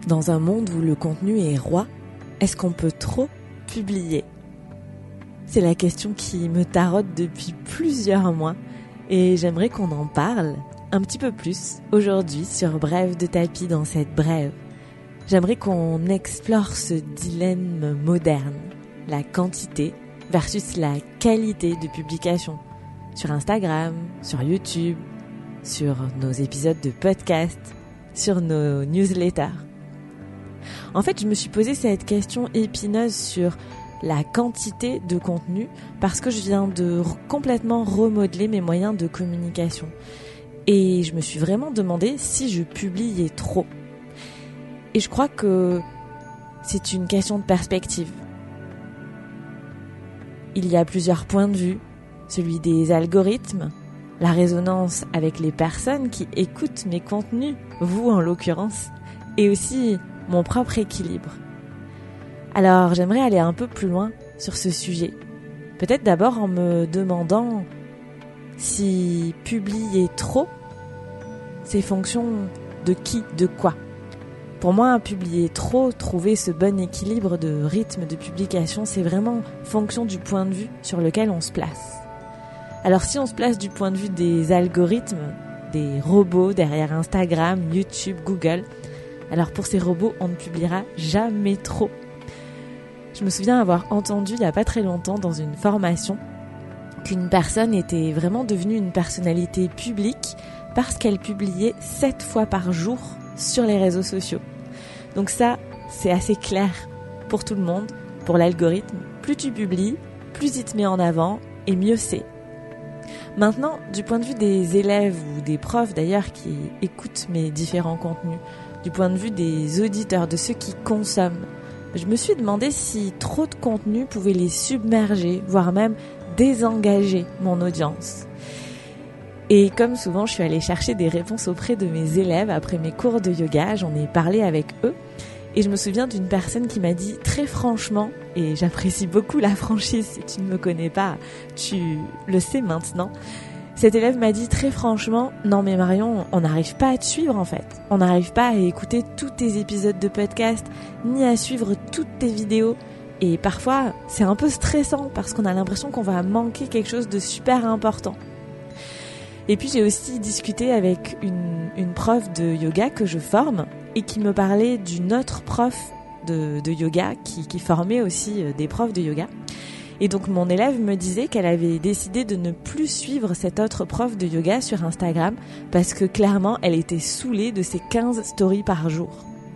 Dans un monde où le contenu est roi, est-ce qu'on peut trop publier ? C'est la question qui me taraude depuis plusieurs mois et j'aimerais qu'on en parle un petit peu plus aujourd'hui sur Brève de tapis dans cette brève. J'aimerais qu'on explore ce dilemme moderne, la quantité versus la qualité de publication sur Instagram, sur YouTube, sur nos épisodes de podcast, sur nos newsletters. En fait, je me suis posé cette question épineuse sur la quantité de contenu parce que je viens de complètement remodeler mes moyens de communication. Et je me suis vraiment demandé si je publiais trop. Et je crois que c'est une question de perspective. Il y a plusieurs points de vue, celui des algorithmes, la résonance avec les personnes qui écoutent mes contenus, vous en l'occurrence, et aussi mon propre équilibre. Alors j'aimerais aller un peu plus loin sur ce sujet. Peut-être d'abord en me demandant si publier trop, c'est fonction de qui, de quoi. Pour moi, publier trop, trouver ce bon équilibre de rythme de publication, c'est vraiment fonction du point de vue sur lequel on se place. Alors si on se place du point de vue des algorithmes, des robots derrière Instagram, YouTube, Google, alors pour ces robots, on ne publiera jamais trop. Je me souviens avoir entendu il n'y a pas très longtemps dans une formation qu'une personne était vraiment devenue une personnalité publique parce qu'elle publiait 7 fois par jour sur les réseaux sociaux. Donc ça, c'est assez clair pour tout le monde, pour l'algorithme. Plus tu publies, plus il te met en avant et mieux c'est. Maintenant, du point de vue des élèves ou des profs d'ailleurs qui écoutent mes différents contenus, du point de vue des auditeurs, de ceux qui consomment, je me suis demandé si trop de contenu pouvait les submerger, voire même désengager mon audience. Et comme souvent, je suis allée chercher des réponses auprès de mes élèves après mes cours de yoga, j'en ai parlé avec eux. Et je me souviens d'une personne qui m'a dit très franchement, et j'apprécie beaucoup la franchise, si tu ne me connais pas, tu le sais maintenant. Cet élève m'a dit très franchement, non mais Marion, on n'arrive pas à te suivre en fait. On n'arrive pas à écouter tous tes épisodes de podcast, ni à suivre toutes tes vidéos. Et parfois, c'est un peu stressant parce qu'on a l'impression qu'on va manquer quelque chose de super important. Et puis j'ai aussi discuté avec une prof de yoga que je forme et qui me parlait d'une autre prof de yoga qui formait aussi des profs de yoga. Et donc mon élève me disait qu'elle avait décidé de ne plus suivre cette autre prof de yoga sur Instagram parce que clairement elle était saoulée de ses 15 stories par jour.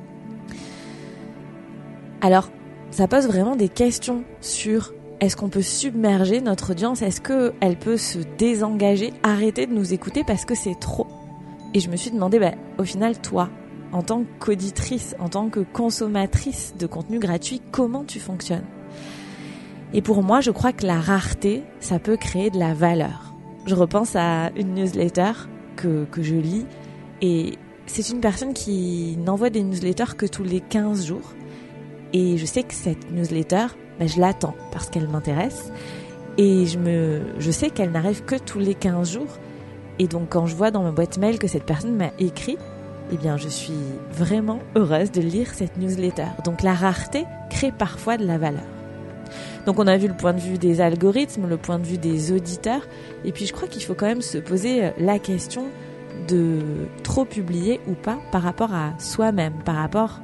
Alors ça pose vraiment des questions sur est-ce qu'on peut submerger notre audience ? Est-ce qu'elle peut se désengager, arrêter de nous écouter parce que c'est trop ? Et je me suis demandé, au final, toi, en tant qu'auditrice, en tant que consommatrice de contenu gratuit, comment tu fonctionnes ? Et pour moi, je crois que la rareté, ça peut créer de la valeur. Je repense à une newsletter que je lis et c'est une personne qui n'envoie des newsletters que tous les 15 jours. Et je sais que cette newsletter, je l'attends parce qu'elle m'intéresse et je sais qu'elle n'arrive que tous les 15 jours. Et donc quand je vois dans ma boîte mail que cette personne m'a écrit, eh bien je suis vraiment heureuse de lire cette newsletter. Donc la rareté crée parfois de la valeur. Donc on a vu le point de vue des algorithmes, le point de vue des auditeurs, et puis je crois qu'il faut quand même se poser la question de trop publier ou pas par rapport à soi-même, par rapport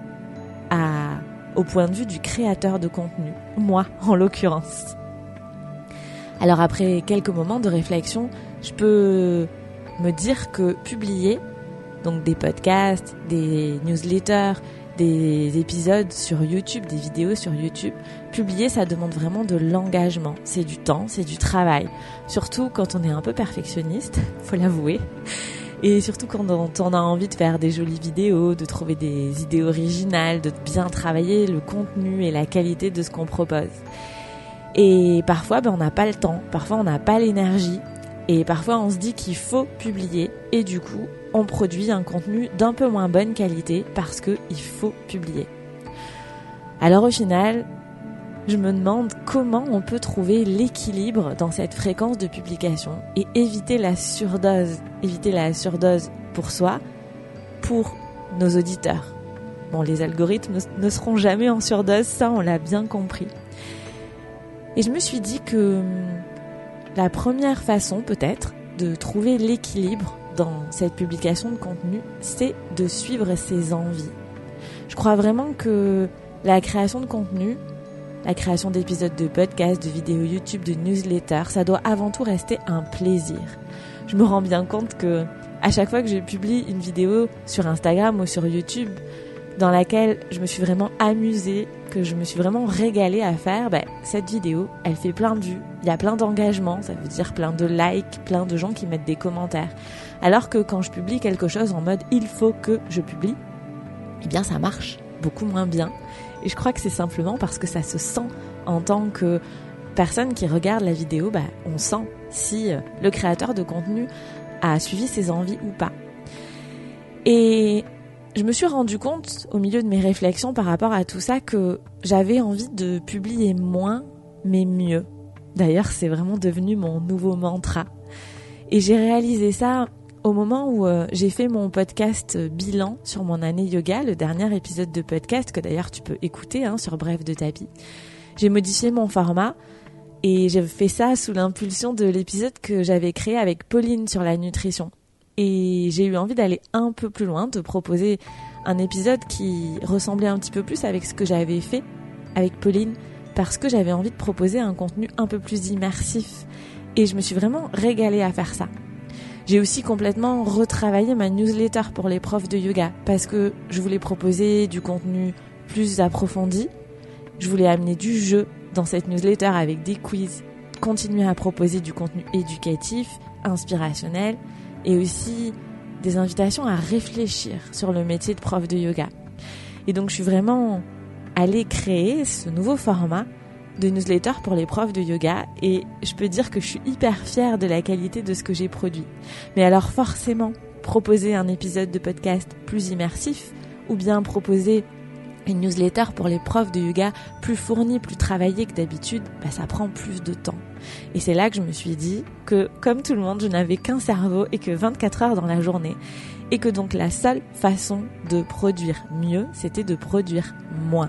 au point de vue du créateur de contenu, moi en l'occurrence. Alors après quelques moments de réflexion, je peux me dire que publier, donc des podcasts, des newsletters, des épisodes sur YouTube, des vidéos sur YouTube, publier ça demande vraiment de l'engagement, c'est du temps, c'est du travail, surtout quand on est un peu perfectionniste, faut l'avouer. Et surtout quand on a envie de faire des jolies vidéos, de trouver des idées originales, de bien travailler le contenu et la qualité de ce qu'on propose. Et parfois, on n'a pas le temps, parfois on n'a pas l'énergie, et parfois on se dit qu'il faut publier, et du coup, on produit un contenu d'un peu moins bonne qualité parce qu'il faut publier. Alors au final, je me demande comment on peut trouver l'équilibre dans cette fréquence de publication et éviter la surdose pour soi, pour nos auditeurs. Bon, les algorithmes ne seront jamais en surdose, ça on l'a bien compris. Et je me suis dit que la première façon peut-être de trouver l'équilibre dans cette publication de contenu, c'est de suivre ses envies. Je crois vraiment que la création de contenu, la création d'épisodes de podcasts, de vidéos YouTube, de newsletters, ça doit avant tout rester un plaisir. Je me rends bien compte que à chaque fois que je publie une vidéo sur Instagram ou sur YouTube dans laquelle je me suis vraiment amusée, que je me suis vraiment régalée à faire, cette vidéo, elle fait plein de vues, il y a plein d'engagements, ça veut dire plein de likes, plein de gens qui mettent des commentaires. Alors que quand je publie quelque chose en mode « il faut que je publie », eh bien ça marche beaucoup moins bien. Et je crois que c'est simplement parce que ça se sent en tant que personne qui regarde la vidéo, on sent si le créateur de contenu a suivi ses envies ou pas. Et je me suis rendu compte au milieu de mes réflexions par rapport à tout ça que j'avais envie de publier moins mais mieux. D'ailleurs, c'est vraiment devenu mon nouveau mantra. Et j'ai réalisé ça au moment où j'ai fait mon podcast bilan sur mon année yoga, le dernier épisode de podcast que d'ailleurs tu peux écouter sur Bref de Tapis. J'ai modifié mon format et j'ai fait ça sous l'impulsion de l'épisode que j'avais créé avec Pauline sur la nutrition. Et j'ai eu envie d'aller un peu plus loin, de proposer un épisode qui ressemblait un petit peu plus avec ce que j'avais fait avec Pauline, parce que j'avais envie de proposer un contenu un peu plus immersif. Et je me suis vraiment régalée à faire ça. J'ai aussi complètement retravaillé ma newsletter pour les profs de yoga, parce que je voulais proposer du contenu plus approfondi. Je voulais amener du jeu dans cette newsletter avec des quiz, continuer à proposer du contenu éducatif, inspirationnel, et aussi des invitations à réfléchir sur le métier de prof de yoga. Et donc je suis vraiment allée créer ce nouveau format de newsletter pour les profs de yoga et je peux dire que je suis hyper fière de la qualité de ce que j'ai produit. Mais alors forcément, proposer un épisode de podcast plus immersif ou bien proposer une newsletter pour les profs de yoga plus fournie, plus travaillée que d'habitude, ça prend plus de temps. Et c'est là que je me suis dit que, comme tout le monde, je n'avais qu'un cerveau et que 24 heures dans la journée. Et que donc la seule façon de produire mieux, c'était de produire moins.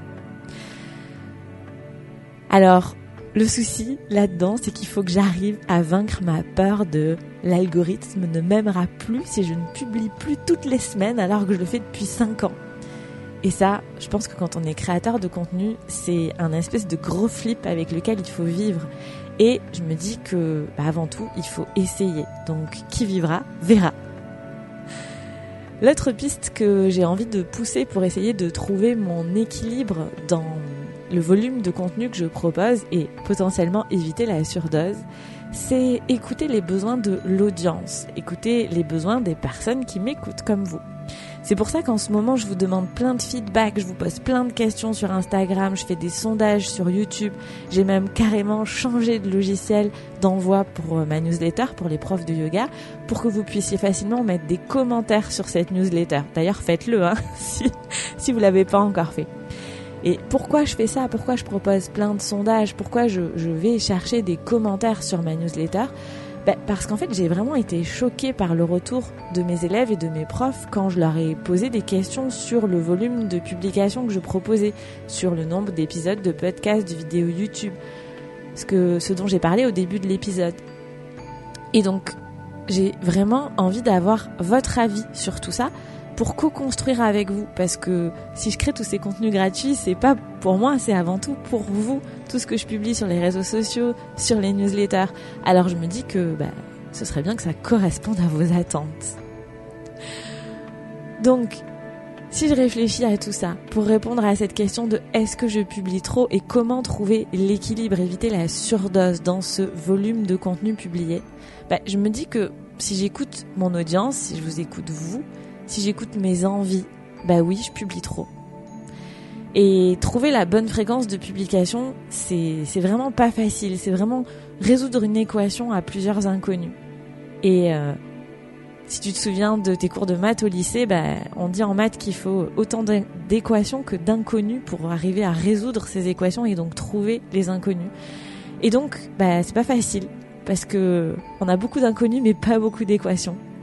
Alors, le souci là-dedans, c'est qu'il faut que j'arrive à vaincre ma peur de l'algorithme ne m'aimera plus si je ne publie plus toutes les semaines alors que je le fais depuis 5 ans. Et ça, je pense que quand on est créateur de contenu, c'est un espèce de gros flip avec lequel il faut vivre. Et je me dis que, avant tout, il faut essayer. Donc, qui vivra, verra. L'autre piste que j'ai envie de pousser pour essayer de trouver mon équilibre dans le volume de contenu que je propose et potentiellement éviter la surdose, c'est écouter les besoins de l'audience, écouter les besoins des personnes qui m'écoutent comme vous. C'est pour ça qu'en ce moment, je vous demande plein de feedback, je vous pose plein de questions sur Instagram, je fais des sondages sur YouTube. J'ai même carrément changé de logiciel d'envoi pour ma newsletter, pour les profs de yoga, pour que vous puissiez facilement mettre des commentaires sur cette newsletter. D'ailleurs, faites-le si vous l'avez pas encore fait. Et pourquoi je fais ça? Pourquoi je propose plein de sondages? Pourquoi je vais chercher des commentaires sur ma newsletter? Parce qu'en fait, j'ai vraiment été choquée par le retour de mes élèves et de mes profs quand je leur ai posé des questions sur le volume de publications que je proposais, sur le nombre d'épisodes de podcasts, de vidéos YouTube, ce dont j'ai parlé au début de l'épisode. Et donc, j'ai vraiment envie d'avoir votre avis sur tout ça pour co-construire avec vous, parce que si je crée tous ces contenus gratuits, c'est pas pour moi, c'est avant tout pour vous, tout ce que je publie sur les réseaux sociaux, sur les newsletters. Alors je me dis que ce serait bien que ça corresponde à vos attentes. Donc, si je réfléchis à tout ça, pour répondre à cette question de est-ce que je publie trop et comment trouver l'équilibre, éviter la surdose dans ce volume de contenu publié, je me dis que si j'écoute mon audience, si je vous écoute vous, si j'écoute mes envies, oui, je publie trop. Et trouver la bonne fréquence de publication, c'est vraiment pas facile. C'est vraiment résoudre une équation à plusieurs inconnus. Et si tu te souviens de tes cours de maths au lycée, on dit en maths qu'il faut autant d'équations que d'inconnus pour arriver à résoudre ces équations et donc trouver les inconnus. Et donc, c'est pas facile parce que on a beaucoup d'inconnus mais pas beaucoup d'équations.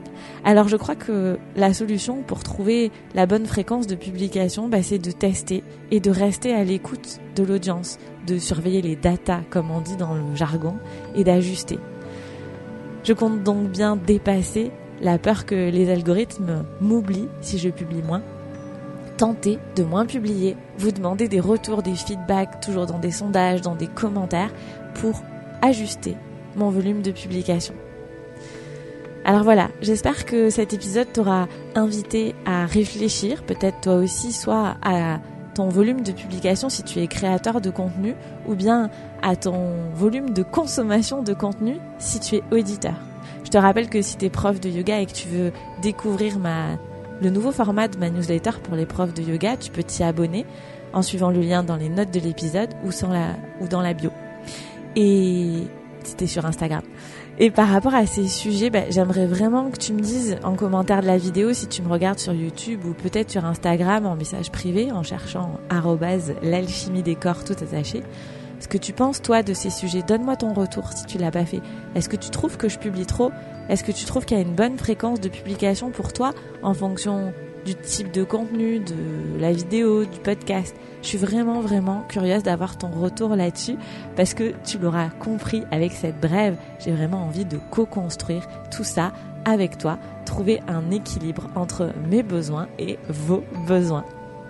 Alors je crois que la solution pour trouver la bonne fréquence de publication, c'est de tester et de rester à l'écoute de l'audience, de surveiller les datas, comme on dit dans le jargon, et d'ajuster. Je compte donc bien dépasser la peur que les algorithmes m'oublient si je publie moins. Tenter de moins publier, vous demander des retours, des feedbacks, toujours dans des sondages, dans des commentaires, pour ajuster mon volume de publication. Alors voilà, j'espère que cet épisode t'aura invité à réfléchir, peut-être toi aussi, soit à ton volume de publication si tu es créateur de contenu, ou bien à ton volume de consommation de contenu si tu es auditeur. Je te rappelle que si tu es prof de yoga et que tu veux découvrir le nouveau format de ma newsletter pour les profs de yoga, tu peux t'y abonner en suivant le lien dans les notes de l'épisode ou dans la bio. Et si t'es sur Instagram. Et par rapport à ces sujets, j'aimerais vraiment que tu me dises en commentaire de la vidéo si tu me regardes sur YouTube ou peut-être sur Instagram en message privé en cherchant @l'alchimie des corps tout attaché. Ce que tu penses toi de ces sujets, donne-moi ton retour si tu l'as pas fait. Est-ce que tu trouves que je publie trop ? Est-ce que tu trouves qu'il y a une bonne fréquence de publication pour toi en fonction du type de contenu, de la vidéo, du podcast ? Je suis vraiment, vraiment curieuse d'avoir ton retour là-dessus parce que tu l'auras compris avec cette brève, j'ai vraiment envie de co-construire tout ça avec toi, trouver un équilibre entre mes besoins et vos besoins.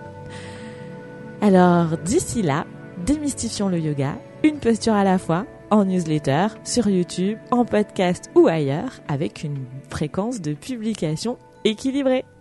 Alors, d'ici là, démystifions le yoga, une posture à la fois, en newsletter, sur YouTube, en podcast ou ailleurs, avec une fréquence de publication équilibrée.